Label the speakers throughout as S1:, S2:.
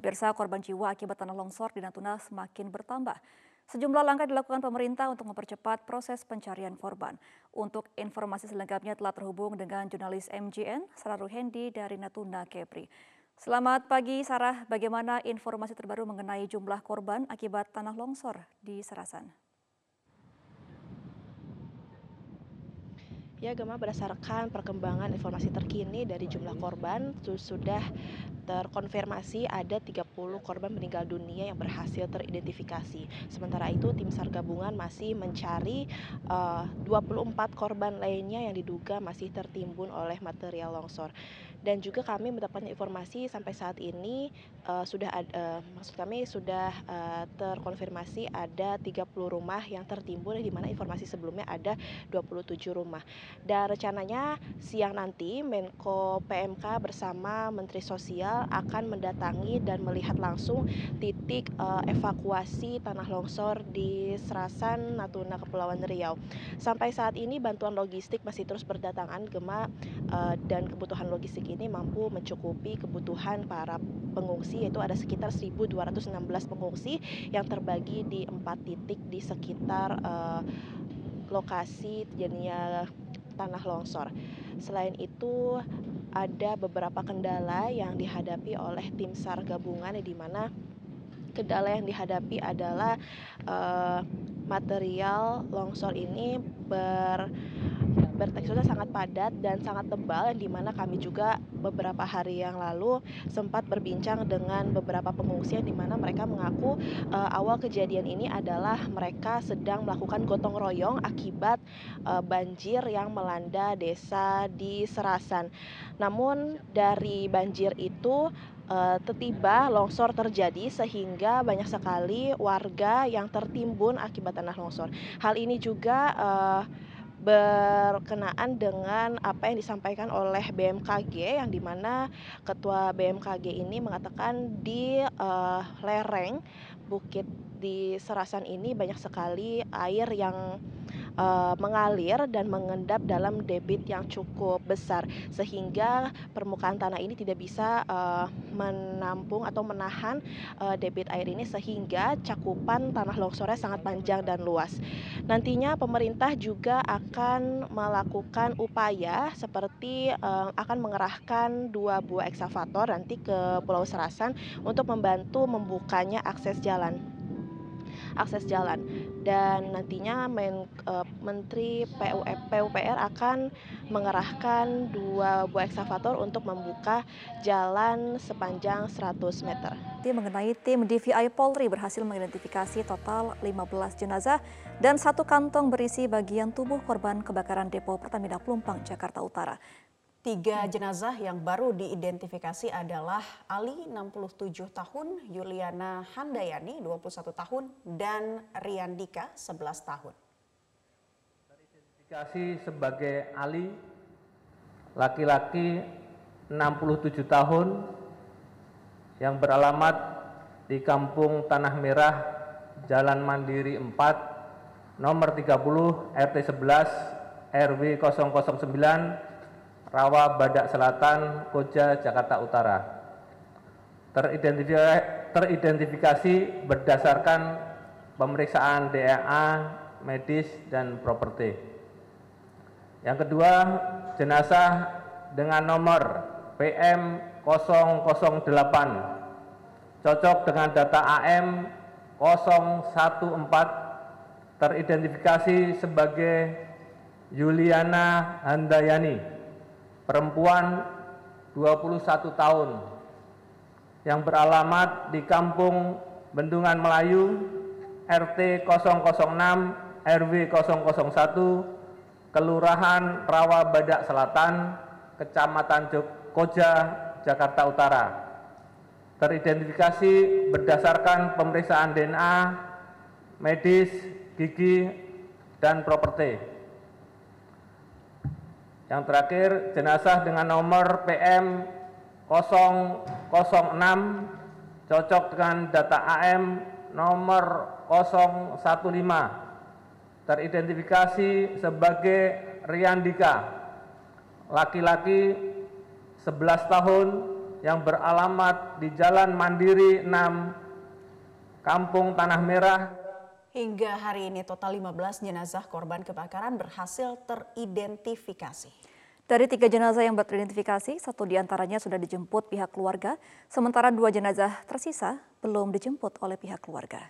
S1: Pemirsa, korban jiwa akibat tanah longsor di Natuna semakin bertambah. Sejumlah langkah dilakukan pemerintah untuk mempercepat proses pencarian korban. Untuk informasi selengkapnya telah terhubung dengan jurnalis MJN, Sarah Ruhendi dari Natuna Kepri. Selamat pagi Sarah, bagaimana informasi terbaru mengenai jumlah korban akibat tanah longsor di Serasan?
S2: Ya, Gema, berdasarkan perkembangan informasi terkini dari jumlah korban, sudah terkonfirmasi ada 30 korban meninggal dunia yang berhasil teridentifikasi. Sementara itu, tim SAR gabungan masih mencari 24 korban lainnya yang diduga masih tertimbun oleh material longsor. Dan juga kami mendapatkan informasi sampai saat ini sudah terkonfirmasi ada 30 rumah yang tertimbun, di mana informasi sebelumnya ada 27 rumah. Dan rencananya siang nanti Menko PMK bersama Menteri Sosial akan mendatangi dan melihat langsung titik evakuasi tanah longsor di Serasan, Natuna, Kepulauan Riau. Sampai saat ini bantuan logistik masih terus berdatangan, Gema, dan kebutuhan logistik ini mampu mencukupi kebutuhan para pengungsi, yaitu ada sekitar 1.216 pengungsi yang terbagi di 4 titik di sekitar lokasi terjadinya tanah longsor. Selain itu, ada beberapa kendala yang dihadapi oleh tim SAR gabungan, di mana kendala yang dihadapi adalah material longsor ini berteksturnya sangat padat dan sangat tebal, di mana kami juga beberapa hari yang lalu sempat berbincang dengan beberapa pengungsi, di mana mereka mengaku awal kejadian ini adalah mereka sedang melakukan gotong royong akibat banjir yang melanda desa di Serasan. Namun dari banjir itu tiba-tiba longsor terjadi sehingga banyak sekali warga yang tertimbun akibat tanah longsor. Hal ini juga berkenaan dengan apa yang disampaikan oleh BMKG, yang dimana Ketua BMKG ini mengatakan di lereng bukit di Serasan ini banyak sekali air yang mengalir dan mengendap dalam debit yang cukup besar, sehingga permukaan tanah ini tidak bisa menampung atau menahan debit air ini, sehingga cakupan tanah longsornya sangat panjang dan luas. Nantinya pemerintah juga akan melakukan upaya seperti akan mengerahkan 2 buah eksavator nanti ke Pulau Serasan untuk membantu membukanya akses jalan. Dan nantinya Menteri PUPR akan mengerahkan 2 buah eksavator untuk membuka jalan sepanjang 100 meter.
S1: Mengenai tim DVI Polri berhasil mengidentifikasi total 15 jenazah dan 1 kantong berisi bagian tubuh korban kebakaran depo Pertamina Pelumpang, Jakarta Utara.
S3: 3 jenazah yang baru diidentifikasi adalah Ali 67 tahun, Yuliana Handayani 21 tahun, dan Riandika 11 tahun.
S4: Teridentifikasi sebagai Ali, laki-laki 67 tahun, yang beralamat di Kampung Tanah Merah, Jalan Mandiri 4, nomor 30, RT 11, RW 009, Rawa Badak Selatan, Koja, Jakarta Utara. Teridentifikasi berdasarkan pemeriksaan DNA, medis, dan properti. Yang kedua, jenazah dengan nomor PM 008, cocok dengan data AM 014, teridentifikasi sebagai Yuliana Handayani, perempuan 21 tahun, yang beralamat di Kampung Bendungan Melayu, RT 006, RW 001, Kelurahan Rawa Badak Selatan, Kecamatan Koja, Jakarta Utara. Teridentifikasi berdasarkan pemeriksaan DNA, medis, gigi, dan properti. Yang terakhir, jenazah dengan nomor PM 006, cocok dengan data AM nomor 015, teridentifikasi sebagai Riandika, laki-laki 11 tahun, yang beralamat di Jalan Mandiri 6, Kampung Tanah Merah.
S3: Hingga hari ini total 15 jenazah korban kebakaran berhasil teridentifikasi.
S1: Dari 3 jenazah yang teridentifikasi, 1 diantaranya sudah dijemput pihak keluarga, sementara 2 jenazah tersisa belum dijemput oleh pihak keluarga.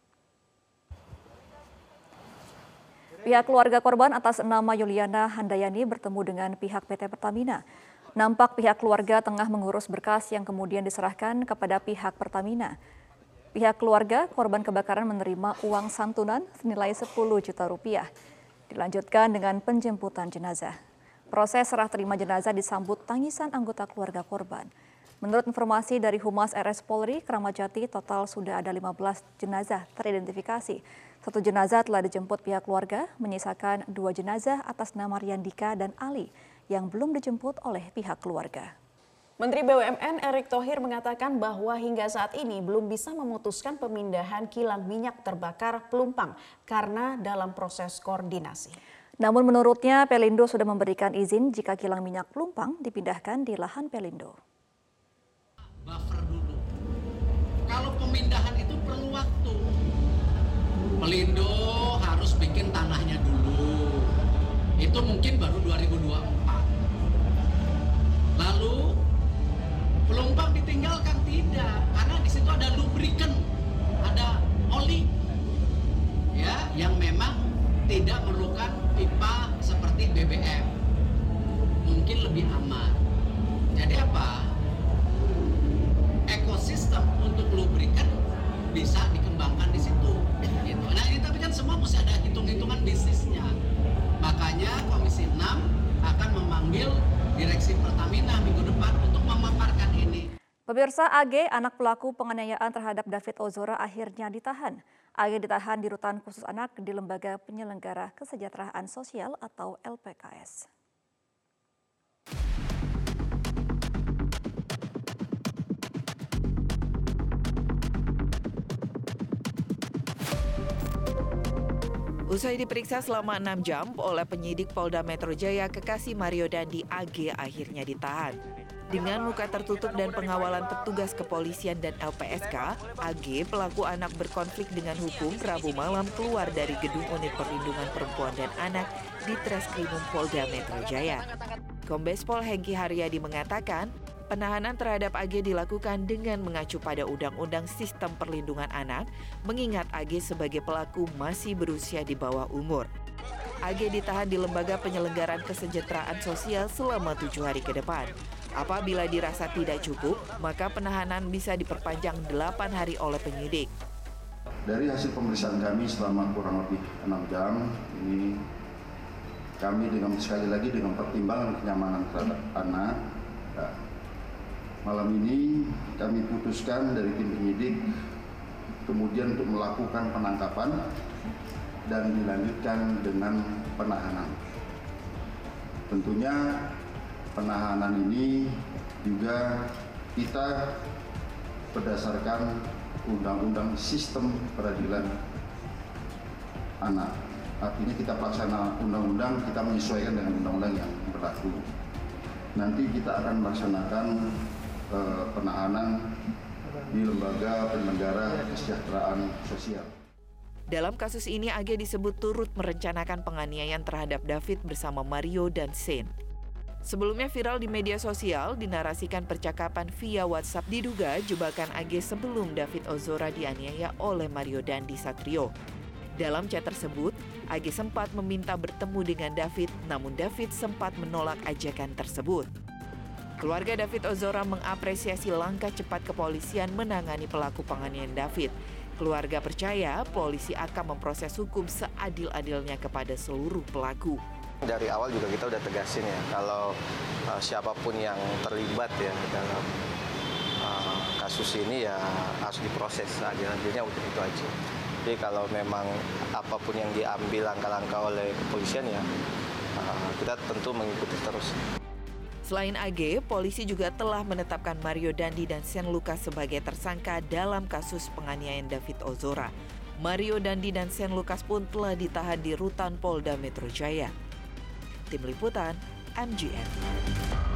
S1: Pihak keluarga korban atas nama Yuliana Handayani bertemu dengan pihak PT Pertamina. Nampak pihak keluarga tengah mengurus berkas yang kemudian diserahkan kepada pihak Pertamina. Pihak keluarga korban kebakaran menerima uang santunan senilai 10 juta rupiah. Dilanjutkan dengan penjemputan jenazah. Proses serah terima jenazah disambut tangisan anggota keluarga korban. Menurut informasi dari Humas RS Polri, Kramat Jati total sudah ada 15 jenazah teridentifikasi. 1 jenazah telah dijemput pihak keluarga, menyisakan 2 jenazah atas nama Riyandika dan Ali yang belum dijemput oleh pihak keluarga.
S3: Menteri BUMN Erick Thohir mengatakan bahwa hingga saat ini belum bisa memutuskan pemindahan kilang minyak terbakar Pelumpang karena dalam proses koordinasi.
S1: Namun menurutnya Pelindo sudah memberikan izin jika kilang minyak Pelumpang dipindahkan di lahan Pelindo.
S5: Buffer dulu. Kalau pemindahan itu perlu waktu. Pelindo harus bikin tanahnya dulu. Itu mungkin baru 2024. Lalu Pelumpang ditinggalkan tidak, karena di situ ada lubrikan, ada oli, ya, yang memang tidak memerlukan pipa seperti BBM. Mungkin lebih aman. Jadi apa? Ekosistem untuk lubrikan bisa dikembangkan di situ. Gitu. Nah ini tapi kan semua mesti ada hitung-hitungan bisnisnya. Makanya Komisi 6 akan memanggil Direksi Pertamina minggu depan untuk memaparkan ini.
S1: Pemirsa, AG, anak pelaku penganiayaan terhadap David Ozora akhirnya ditahan. AG ditahan di Rutan Khusus Anak di Lembaga Penyelenggara Kesejahteraan Sosial atau LPKS.
S6: Usai diperiksa selama 6 jam oleh penyidik Polda Metro Jaya, kekasih Mario Dandi AG akhirnya ditahan. Dengan muka tertutup dan pengawalan petugas kepolisian dan LPSK, AG, pelaku anak berkonflik dengan hukum, Rabu malam keluar dari gedung unit perlindungan perempuan dan anak di Treskrimum Polda Metro Jaya. Kombes Pol Hengki Haryadi mengatakan, penahanan terhadap AG dilakukan dengan mengacu pada Undang-Undang Sistem Perlindungan Anak, mengingat AG sebagai pelaku masih berusia di bawah umur. AG ditahan di Lembaga Penyelenggaraan Kesejahteraan Sosial selama 7 hari ke depan. Apabila dirasa tidak cukup, maka penahanan bisa diperpanjang 8 hari oleh penyidik.
S7: Dari hasil pemeriksaan kami selama kurang lebih 6 jam, ini kami sekali lagi dengan pertimbangan kenyamanan terhadap anak, malam ini kami putuskan dari tim penyidik kemudian untuk melakukan penangkapan dan dilanjutkan dengan penahanan. Tentunya penahanan ini juga kita berdasarkan Undang-Undang Sistem Peradilan Anak. Artinya kita pelaksana undang-undang, kita menyesuaikan dengan undang-undang yang berlaku. Nanti kita akan melaksanakan penahanan di Lembaga Penyelenggara Kesejahteraan Sosial.
S6: Dalam kasus ini, AG disebut turut merencanakan penganiayaan terhadap David bersama Mario dan Shane. Sebelumnya viral di media sosial, dinarasikan percakapan via WhatsApp diduga jebakan AG sebelum David Ozora dianiaya oleh Mario Dandi Satrio. Dalam chat tersebut, AG sempat meminta bertemu dengan David, namun David sempat menolak ajakan tersebut. Keluarga David Ozora mengapresiasi langkah cepat kepolisian menangani pelaku penganiayaan David. Keluarga percaya polisi akan memproses hukum seadil-adilnya kepada seluruh pelaku.
S8: Dari awal juga kita udah tegasin ya, kalau siapapun yang terlibat ya dalam kasus ini ya harus diproses seadil-adilnya, udah itu aja. Jadi kalau memang apapun yang diambil langkah-langkah oleh kepolisian ya kita tentu mengikuti terus.
S6: Selain AG, polisi juga telah menetapkan Mario Dandi dan Shane Lucas sebagai tersangka dalam kasus penganiayaan David Ozora. Mario Dandi dan Shane Lucas pun telah ditahan di Rutan Polda Metro Jaya. Tim Liputan, MGN.